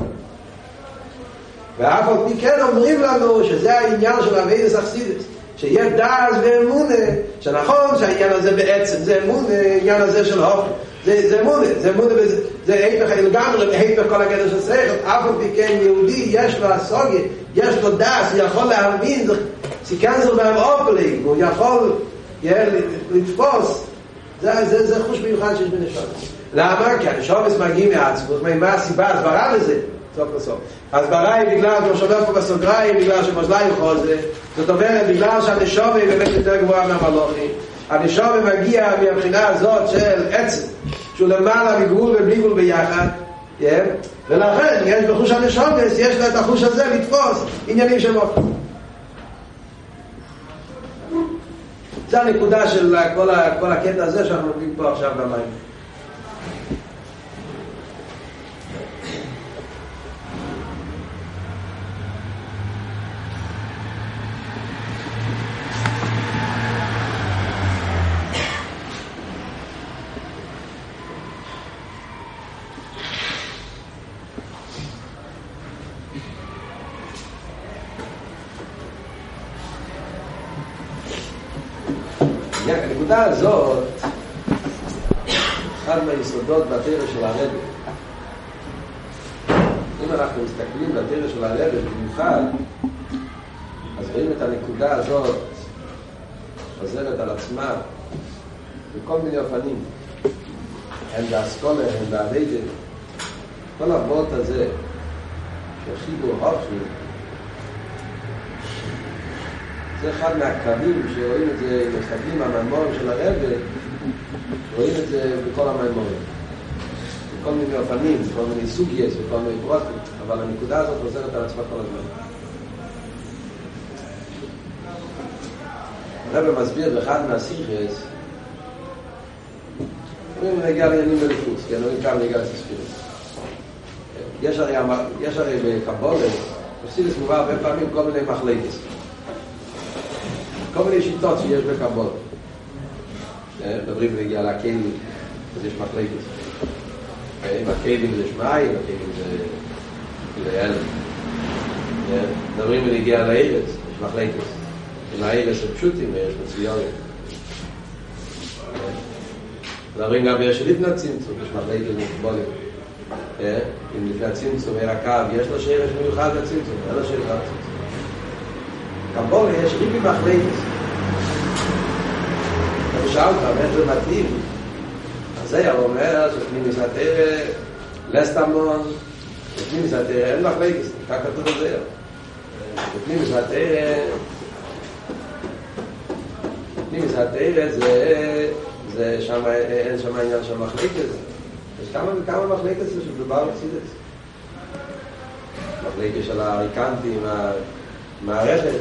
[SPEAKER 1] ואף עוד מכן אומרים לנו שזה העניין של אביידס אכסידס, שיהיה דאז ואמונה, שנכון שהעניין הזה בעצם זה אמונה, העניין הזה של הופך, זה, זה אמונה, זה אמונה, זה, זה היפך, לגמרי, היפך כל הגדר של שכל. אף עוד מכן יהודי יש לו הסוגיה, יש לו דאז, הוא יכול להאמין, סיכן זה בהם אופלי, הוא יכול לתפוס, זה, זה, זה חוש מיוחד שיש בנשומס. למה? כי הנשומס מגיעים מעצמות, מה הסיבה, הסברה לזה? סוף לסוף. הסברה היא בגלל, כמו שאומר פה בסוגריים, בגלל שמזליים חוזה, זאת אומרת, בגלל שהנשומס היא באמת יותר גבוהה מהמלוכים, הנשומס מגיע מהבחינה הזאת של עצם, שהוא למעלה מגבול ובלי גבול ביחד, ולכן יש בחוש הנשומס, יש לה את החוש הזה לתפוס עניינים של מות. זה הנקודה של כל, כל הקטע הזה שאנחנו נוגעים פה עכשיו במים. הנקודה הזאת, אחד מהיסודות בתורה של הרב. אם אנחנו מסתכלים בתורה של הרב במיוחד, אז רואים את הנקודה הזאת חוזרת על עצמה בכל מיני אופנים. הן באסכולה, הן בעבודה. כל הוות הזה של חיבור הופכי, זה אחד מהקווים שרואים את זה, מסתכלים המאמרים של הרב, רואים את זה בכל המאמרים, בכל מיני אופנים, בכל מיני סוגיות, בכל מיני פרוטים, אבל הנקודה הזאת חוזרת על עצמה כל הזמן. הרב מסביר באחד מהשיחס, אומרים נגיע לעניינים בליכוס, כי אני לא נקרא נגיע לספירס. יש הרי, יש הרי בקבולה, בסילס מובא הרבה פעמים כל מיני מחלקות. כל מיני שיטות שיש בקבולה. מדברים להגיע לכלים, אז יש מחלקות. אם הכלים זה שמיים, הכלים זה ילד. מדברים להגיע לארץ, יש מחלקות. אם הארץ הם פשוטים, יש מצויונים. מדברים גם יש לפני הצמצום, יש מחלקות בקבולה. אם לפני הצמצום היה הקו, יש לו שרש מיוחד לצמצום, אין לו שרש לצמצום. קבולה יש ריבי מחלקת. אתה שאלת, איך זה מתאים? אז זה אומר שפנימיס התורה, לסטמון, בפנימיס התורה אין מחלקת, כך כתוב את זה. בפנימיס התורה, בפנימיס התורה זה, זה שם, אין שם עניין של מחלקת. יש כמה וכמה מחלקת שמדובר על חסידס. מחלקת של הריקנטים, המערכת,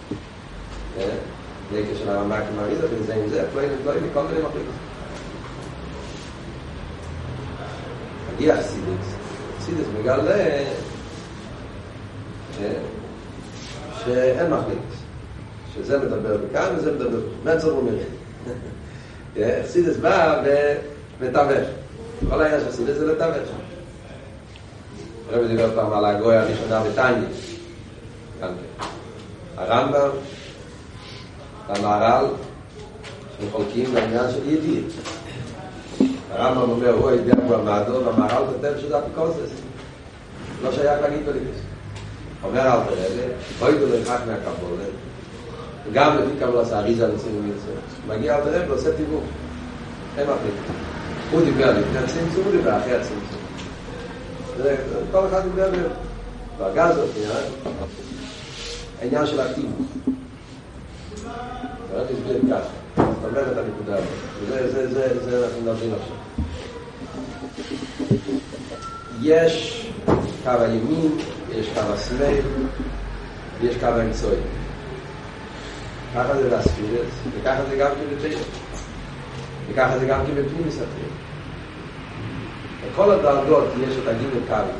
[SPEAKER 1] מחלקת של הרמק עם הריזה, וזה עם זה, פלואים ופלואים, מכל מיני מחלקת. מגיע חסידס, חסידס מגלה שאין מחלקת, שזה מדבר בכאן וזה מדבר מצור ומריד. חסידס בא ומתווך. כל העניין של חסידס זה לתווך. הרב דיבר פעם על הגויה הראשונה בתניא. הרמב"ם, המהר"ל, שחולקים לעניין של ידיעה. הרמב"ם אומר, הוא ידיע במעדו, והמהר"ל כותב שזה אפיקורסס. לא שייך להגיד בליכוס. אומר אל תראה, בואי דו לרחק מהקבולה. וגם לפי קבלה עשה אריזה לצים ומצרים. מגיע אל תראה ועושה תיווך. אין מחליט. הוא דיבר לפני הצמצום, הוא דיבר אחרי הצמצום. כל אחד דיבר ברגע הזאת, העניין של התיווך. אני רק אסביר ככה. זאת אומרת את הנקודה הזאת. זה אנחנו נבין עכשיו. יש קו הימין, יש קו השמאל, ויש קו האמצעי. ככה זה להספירס, וככה זה גם כבתאים. וככה זה גם כבפנים מסתרים. בכל הדרגות יש את הגימל קווים.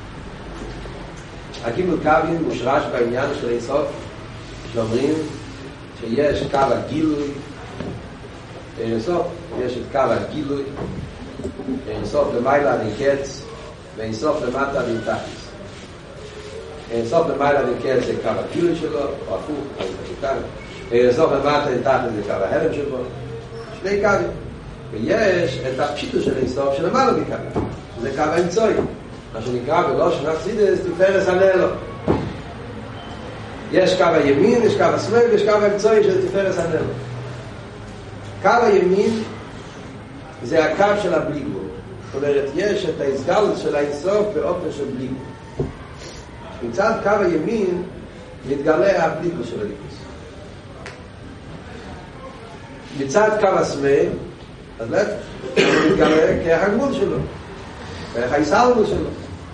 [SPEAKER 1] הגימל קווים מושרש בעניין של אינסוף, שאומרים שיש קו הגילוי, אינסוף יש את קו הגילוי, אינסוף למעלה נקץ, ואינסוף למטה נתחס. אינסוף למעלה נקץ זה קו הגילוי שלו, או הפוך, אינסוף למטה נתחס זה קו ההלם שלו. שני קווים. ויש את הפשיטו של אינסוף שלמעלה מקו, שזה קו האמצעי, מה שנקרא בלושן חסידס תפארס הנהלו. יש קו הימין, יש קו השמאל, ויש קו האמצעי של תפארס הנהלו. קו הימין זה הקו של הבליגו. זאת אומרת, יש את ההסגלות של האינסוף באופן של בליגו. מצד קו הימין מתגלה הבליגו של הליכוס. מצד קו השמאל, אז לא, הוא מתגלה כרך הגבול שלו, כרך ההישרדות שלו.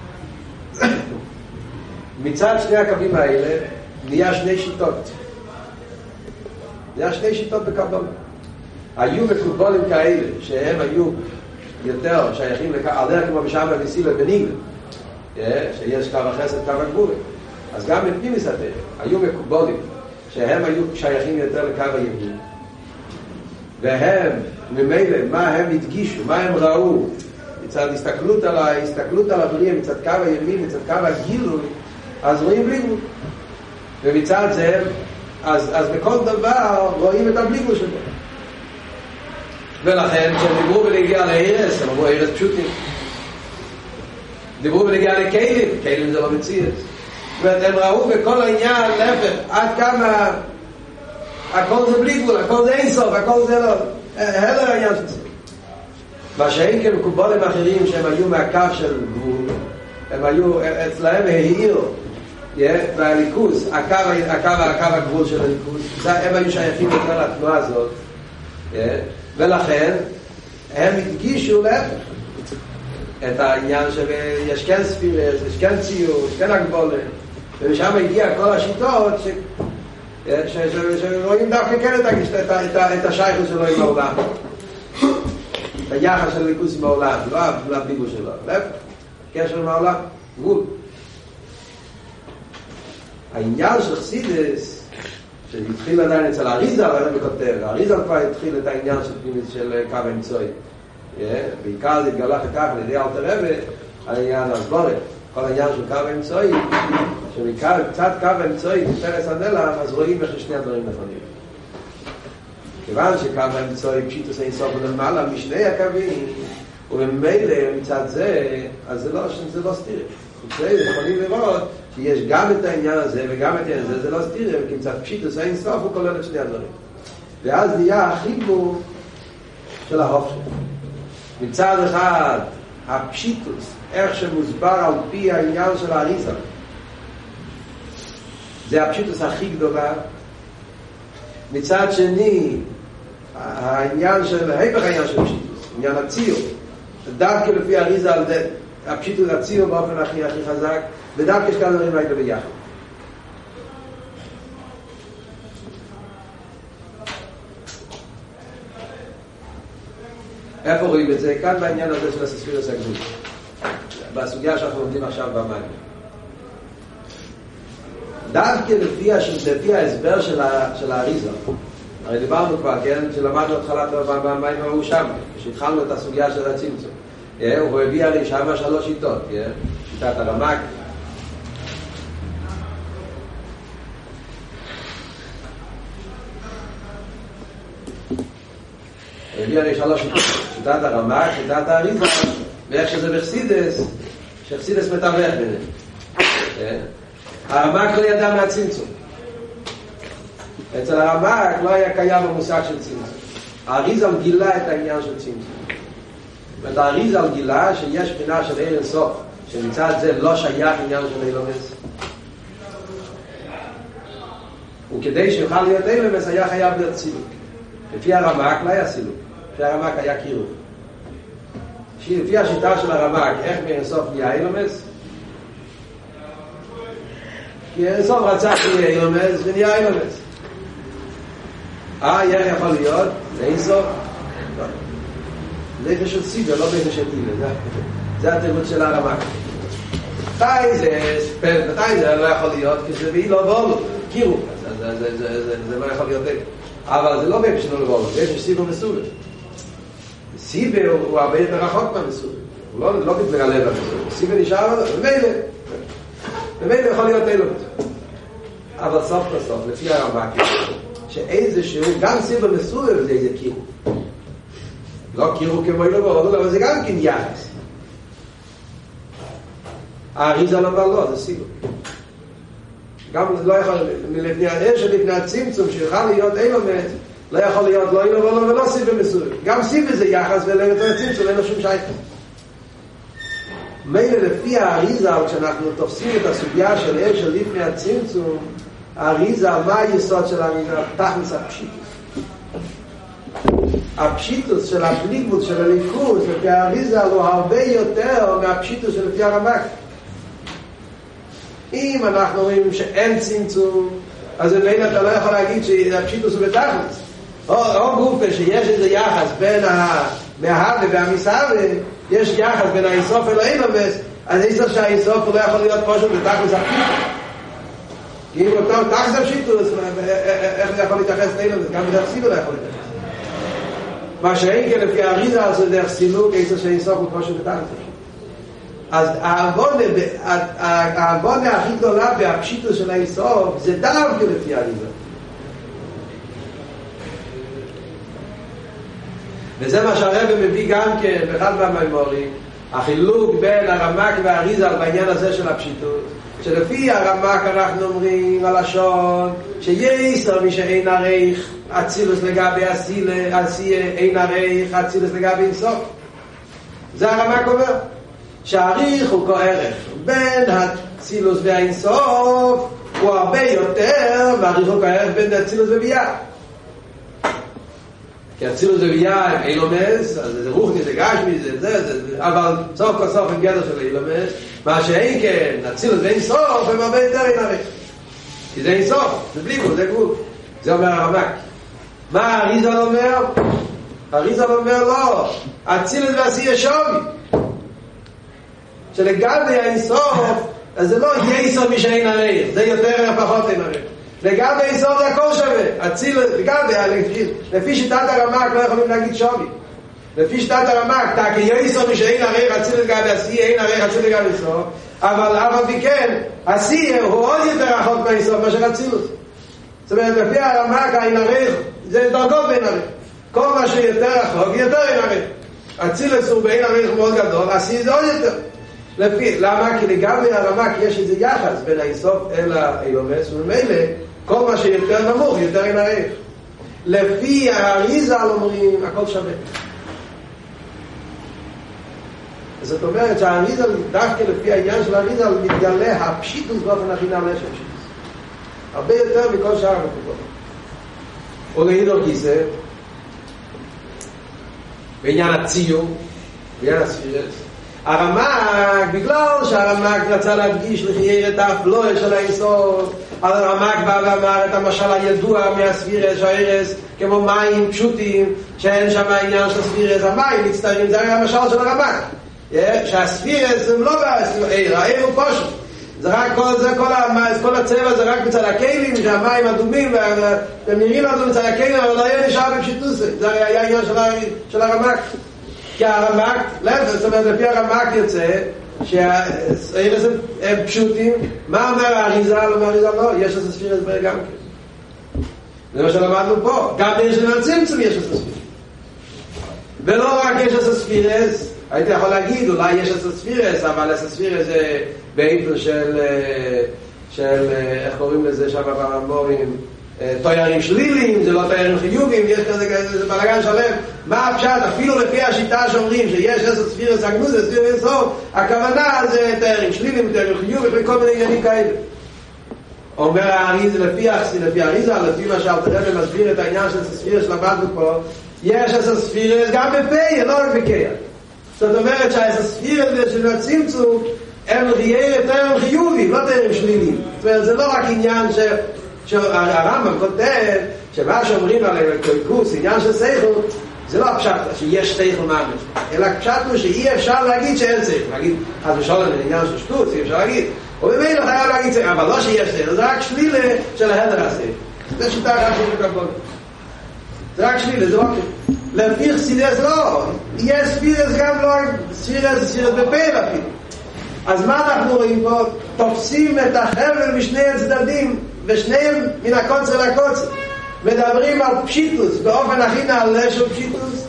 [SPEAKER 1] מצד שני הקווים האלה נהיה שני שיטות. נהיה שני שיטות בקבלה. היו מקובלים כאלה שהם היו יותר שייכים על דרך כמו בשעמה וסילה בניגלה, שיש קו החסד קו הגבול. אז גם בפנים מסתר היו מקובלים שהם היו שייכים יותר לקו הימין, והם ממילא מה הם הדגישו, מה הם ראו מצד הסתכלות על ההסתכלות על הבריאה, מצד קו הימין, מצד קו הגילוי, אז רואים בליגות. ומצד זה אז, אז בכל דבר רואים את הבליגות שלו. ולכן כשדיברו בלהגיע להירס, הם אמרו הירס פשוטים. דיברו בלהגיע לקיילים, קיילים זה לא מציאות. זאת אומרת, הם ראו בכל העניין להפך, עד כמה הכל זה בלי גבול, הכל זה אינסוף, הכל זה לא הלר העניין של זה. מה שאין כמקובלים אחרים שהם היו מהקו של גבול, הם היו אצלהם העיר והליכוס, הקו, הקו, הקו הגבול של הליכוס, הם היו שייכים יותר לתנועה הזאת, ולכן הם הדגישו להפך את העניין שיש כן ספירס, יש כן ציור, יש כן הגבולה, ומשם הגיע כל השיטות ש... שרואים דווקא כן את השייכות שלו עם העולם, את היחס של הליכוס עם העולם, לא הביגו שלו, קשר עם העולם, גבול. העניין של חסידס שהתחיל עדיין אצל האריזה, אבל אני בכותב, האריזה כבר התחיל את העניין של קו האמצעי, בעיקר זה התגלה אחר כך על ידי אלתר רבי, העניין הסבורת, כל העניין של קו האמצעי, שמקצת קו האמצעי תפארס הנהלו, אז רואים איך שני הדברים נכונים. כיוון שקו האמצעי פשיטוס אינסוף ולמעלה משני הקווים, וממילא מצד זה, אז זה לא, זה לא סתירה. זה יכולים לראות שיש גם את העניין הזה וגם את העניין הזה, זה לא סתירה, כי מצד פשיטוס אינסוף הוא כולל את שני הדברים. ואז נהיה החיבור של ההופך. מצד אחד, הפשיטוס, איך שמוסבר על פי העניין של האריזה, זה הפשיטוס הכי גדולה. מצד שני, העניין של, ההפך העניין של פשיטוס, עניין הציור, דווקא לפי האריזה על זה, הפשיטות הציור באופן הכי הכי חזק, ודווקא שכאן דברים הייתה ביחד. איפה רואים את זה? כאן בעניין הזה של הספירס הגבול. בסוגיה שאנחנו לומדים עכשיו במים. דווקא לפי, לפי ההסבר של, ה, של האריזה. הרי דיברנו כבר, כן? שלמדנו התחלת במים הוא שם, כשהתחלנו את הסוגיה של הצמצום. הוא הביא הרי שם שלוש שיטות, שיטת הרמ"ק, הוא הביא הרי שלוש שיטות, שיטת הרמ"ק, שיטת האריזה, ואיך שזה בחסידס, שחסידס מתווך ביניהם. הרמ"ק לא ידע מהצמצום. אצל הרמ"ק לא היה קיים המושג של צמצום. האריזה גילה את העניין של צמצום. זאת אומרת, האריזה גילה שיש בחינה של אין סוף, שמצד זה לא שייך עניין של אילומס. וכדי שיוכל להיות אילומס היה חייב להיות סילוק. לפי הרמ"ק לא היה סילוק. לפי הרמ"ק היה קירוב. לפי השיטה של הרמ"ק, איך מאין סוף נהיה אילומס? כי אין סוף רצה שיהיה אילומס ונהיה אילומס. אה, איך יכול להיות? אין סוף? לא. נפש של סיגה, לא נפש של אילה. זה התירוץ של הרמ"ק. מתי זה, מתי זה לא יכול להיות? כשזה ואי לא בולו, קירו. זה לא יכול להיות. אבל זה לא נפש שלא לבולו, נפש סיגה מסורת. סיבה הוא הרבה יותר רחוק מהמסורת. הוא לא מתמגלה במסורת. סיבה נשאר, ומילא. ומילא יכול להיות אילומס. אבל סוף בסוף, לפי הרמ"ק, שאיזה שהוא, גם סיבה מסורת זה איזה קירו. לא קירו כמו אילומס, אבל זה גם כן יחס. האריזה לא לא, זה סיבה. גם לא יכול, מלפני האש שלפני הצמצום, שיוכל להיות אילומס, לא יכול להיות לא אילומס ולא סיבה מסורת. גם סיבה זה יחס, ולפני הצמצום אין לו שום שייך. מילא לפי האריזה, כשאנחנו תופסים את הסוגיה של אש של לפני הצמצום, האריזה, מה היסוד של האריזה? תכלס הפשיטוס. הפשיטוס של הפניגמות של הליכוז לפי האריזה הוא הרבה יותר מהפשיטוס של לפי הרמ"ק. אם אנחנו רואים שאין צמצום, אז מילא אתה לא יכול להגיד שהפשיטוס הוא בתכלס. או, או גופה שיש איזה יחס בין המהווה והמסהווה, יש יחס בין האינסוף אל האילומס, אז איסוף שהאינסוף הוא לא יכול להיות פשוט בתכלס הפשיטוס. כי אם אותו תכלס הפשיטוס, איך זה יכול להתייחס לאילומס? גם בדרך סיבה לא יכול להתייחס. מה שאין כן לפי האריזה הזה דרך סילוק, איסוף שהאינסוף הוא פשוט בתכלס הפשיטוס. אז העבודה הכי גדולה בהפשיטוס של האינסוף זה דווקא לפי האריזה. וזה מה שהרב מביא גם כן באחד מהמימורים, החילוק בין הרמ"ק והאריזה בעניין הזה של הפשיטות, שלפי הרמ"ק אנחנו אומרים הלשון שיסר מי שאין עריך אצילוס לגבי עשייה, אין עריך אצילוס לגבי אינסוף. זה הרמ"ק אומר שהעריך הוא כערך בין האצילוס והאינסוף הוא הרבה יותר והעריך הוא כערך בין האצילוס וביאה. כי אצילוס וביאה הם אילומס, אז זה רוחני, זה גשמי, זה זה, זה, אבל סוף כל סוף הם גדר של אילומס, מה שאין כן, אצילוס ואין סוף, הם הרבה יותר אין עריך. כי זה אין סוף, זה בלי גבול, זה גבול. זה אומר הרמ"ק. מה האריזל אומר? האריזל אומר לא, אצילוס ועשייה שווי. שלגבי האין סוף, אז זה לא יסר מי שאין עריך, זה יותר פחות אין עריך. לגבי איסור זה הכל שווה. אציל, לגבי, לפי שיטת הרמ"ק לא יכולים להגיד שווי. לפי שיטת הרמ"ק, תקי איסור מי שאין עריך, אציל לגבי עשייה, אין עריך, אציל לגבי איסור. אבל אבל בכן, עשייה הוא עוד יותר רחוק מהאיסור מאשר אצילות. זאת אומרת, לפי הרמ"ק, אין עריך, זה דרגות בין עריך. כל מה שיותר רחוק, יותר אין עריך. אצילס הוא בין עריך מאוד גדול, עשייה זה עוד יותר. לפי, למה? כי לגבי הרמ"ק יש איזה יחס בין האיסוף אל האילומס, וממילא כל מה שיותר נמוך, יותר אין עריך. לפי האריזה אומרים, הכל שווה. זאת אומרת שהאריזה, דווקא לפי העניין של האריזה, מתגלה הפשיטוס באופן הכי נעלה של פשיטוס. הרבה יותר מכל שאר המקומות. או להידור כיסא, בעניין הציור, עניין הספירס. הרמ"ק, בגלל שהרמ"ק רצה להדגיש לחייר את האפלואה של האינסוף, אז הרמ"ק בא ואמר את המשל הידוע מהספירס, שהארס כמו מים פשוטים, שאין שם העניין של הספירס, המים מצטערים, זה היה המשל של הרמ"ק. שהספירס הם לא בעיר, העיר הוא פשוט. זה רק כל זה, כל, המים, כל הצבע זה רק מצד הכלים, שהמים אדומים והמירים הזו מצד הכלים, אבל לא היה נשאר בפשיטוס. זה היה העניין של, של הרמ"ק. כי הרמ"ק, זאת אומרת, לפי הרמ"ק יוצא שהארס הם פשוטים. מה אומר האריזה? לא אומר האריזה לא, יש את הספירס גם כן. זה מה שלמדנו פה. גם יש לנו צמצום יש את הספירס. ולא רק יש את הספירס, הייתי יכול להגיד, אולי יש את הספירס, אבל את הספירס זה באיפן של, של, איך קוראים לזה שם במורים, תוארים שליליים, זה לא תוארים חיובים, יש כזה, כזה בלגן שלם. מה הפשט? אפילו לפי השיטה שאומרים שיש את הספירס הגנוז, ספירס אינסוף, הכוונה זה תוארים שליליים, תוארים חיובים, וכל מיני עניינים כאלה. אומר האריזה, לפי, לפי האריזה, לפי מה שאלתר רבי מסביר את העניין של הספירס שלמדנו פה, יש את הספירס גם בפיה, לא רק בקיה. זאת אומרת שהספירס של הצמצום הם חיי יותר חיובים, לא יותר שליליים. זאת אומרת, זה לא רק עניין שהרמב"ם כותב שמה שאומרים על הקויקוס, עניין של שכל, זה לא הפשט שיש שכל ממש, אלא הפשט הוא שאי אפשר להגיד שאין שכל. להגיד, אז בשביל עניין של שטות, אי אפשר להגיד. ובמילא חייב להגיד שכל, אבל לא שיש שכל, זה רק שלילה של ההדר השכל. זה שיטה אחת של הקבול. זה רק שלילה, זה לא לפי חסידס לא, יש ספירס גם לא, ספירס, ספירס בפייל אפילו. אז מה אנחנו רואים פה? תופסים את החבל משני הצדדים, ושניהם מן הקוצר לקוצר. מדברים על פשיטוס, באופן הכי נעלה של פשיטוס,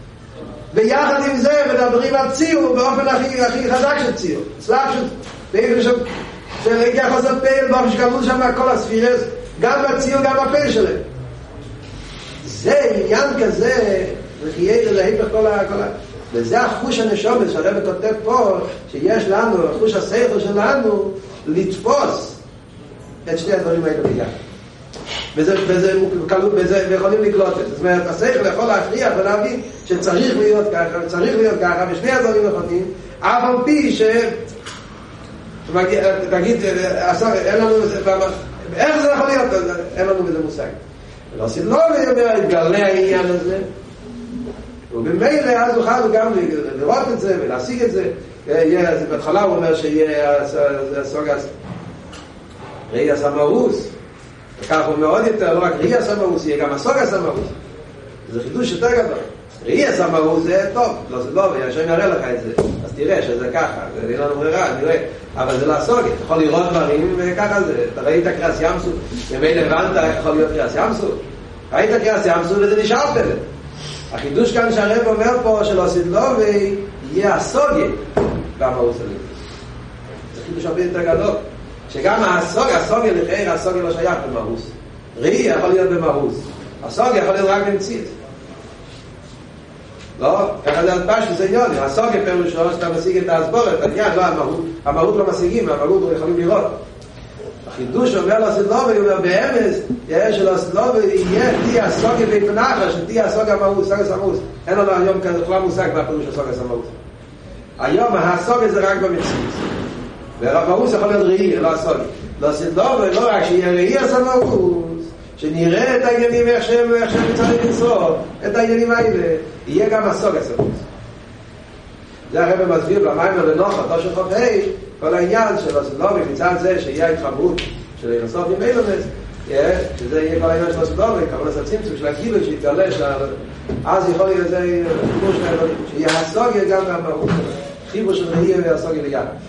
[SPEAKER 1] ויחד עם זה מדברים על ציור, באופן הכי, הכי חזק של ציור. סלאפ של, באופן של, של הגיע חוסר פייל, באופן שכמות שם כל הספירס, גם בציור, גם בפייל שלהם. זה עניין כזה, וחייה להיפך כל ה... כל ה... וזה החוש הנשומת שהרב כותב פה, שיש לנו, החוש השכל שלנו, לתפוס את שני הדברים האלה ביחד. וזה, וזה, וזה, וזה, ויכולים לקלוט את זה. זאת אומרת, השכל יכול להכריח ולהבין שצריך להיות ככה, צריך להיות ככה, ושני הדברים נכונים, אף על פי ש... תגיד, אין לנו... איך זה יכול להיות? אין לנו בזה מושג. ולא עשית לא אומר, התגלה העניין הזה, ובמילא אז אוכל גם לראות את זה ולהשיג את זה. בהתחלה הוא אומר שיהיה הסוג ראי הסמאוס, וכך הוא מאוד יותר, לא רק ראי הסמאוס, יהיה גם הסוג הסמאוס. זה חידוש יותר גדול. ראי הסמאוס זה טוב, לא זה לא, והשם יראה לך את זה, אז תראה שזה ככה, זה לא ברירה, נראה, אבל זה לא הסוג, אתה יכול לראות דברים וככה זה. אתה ראית קריאס ים סוף, ומילא הבנת איך יכול להיות קריאס ים סוף, ראית קריאס ים סוף וזה נשאר פלט. החידוש כאן שהרב אומר פה שלא סדלובי יהיה הסוגיה במהות הלימוס. זה חידוש הרבה יותר גדול, שגם הסוגיה, הסוגיה לכאורה, הסוגיה לא שייך במהות. ראי יכול להיות במהות, הסוגיה יכול להיות רק במציאות. לא? ככה זה פשוט, זה עניין. הסוגיה פירושו שאתה משיג את ההסבורת, העניין לא המהות, המהות לא משיגים, המהות לא יכולים לראות. החידוש אומר לסדלובי, הוא אומר באמס, יש שלסדלובי יהיה תהיה הסוגיה בפנחה, שתהיה הסוגיה המהות, סוגיה המהות. אין לנו היום כזה כלל מושג מהפירוש של סוגיה המהות. היום הסוגיה זה רק במציאות. והמהות יכול להיות ראי, לא הסוגיה. לסדלובי לא רק שיהיה ראי המהות, שנראה את העניינים איך שהם צריך לצרור, את העניינים האלה, יהיה גם הסוגיה המהות. זה הרב מסביר במיימר לנוחת, לא של חוק ה' כל העניין של הסדלובי מצד זה שיהיה התחברות של אינסוף עם אילומס, שזה יהיה כל העניין של הסדלובי, כמובן הצמצום של הגילוי שיתגלה, אז יכול להיות זה חיבור של הדברים, שיהיה הסוגיה גם מהמהות, חיבור של ראייה והסוגיה ליד.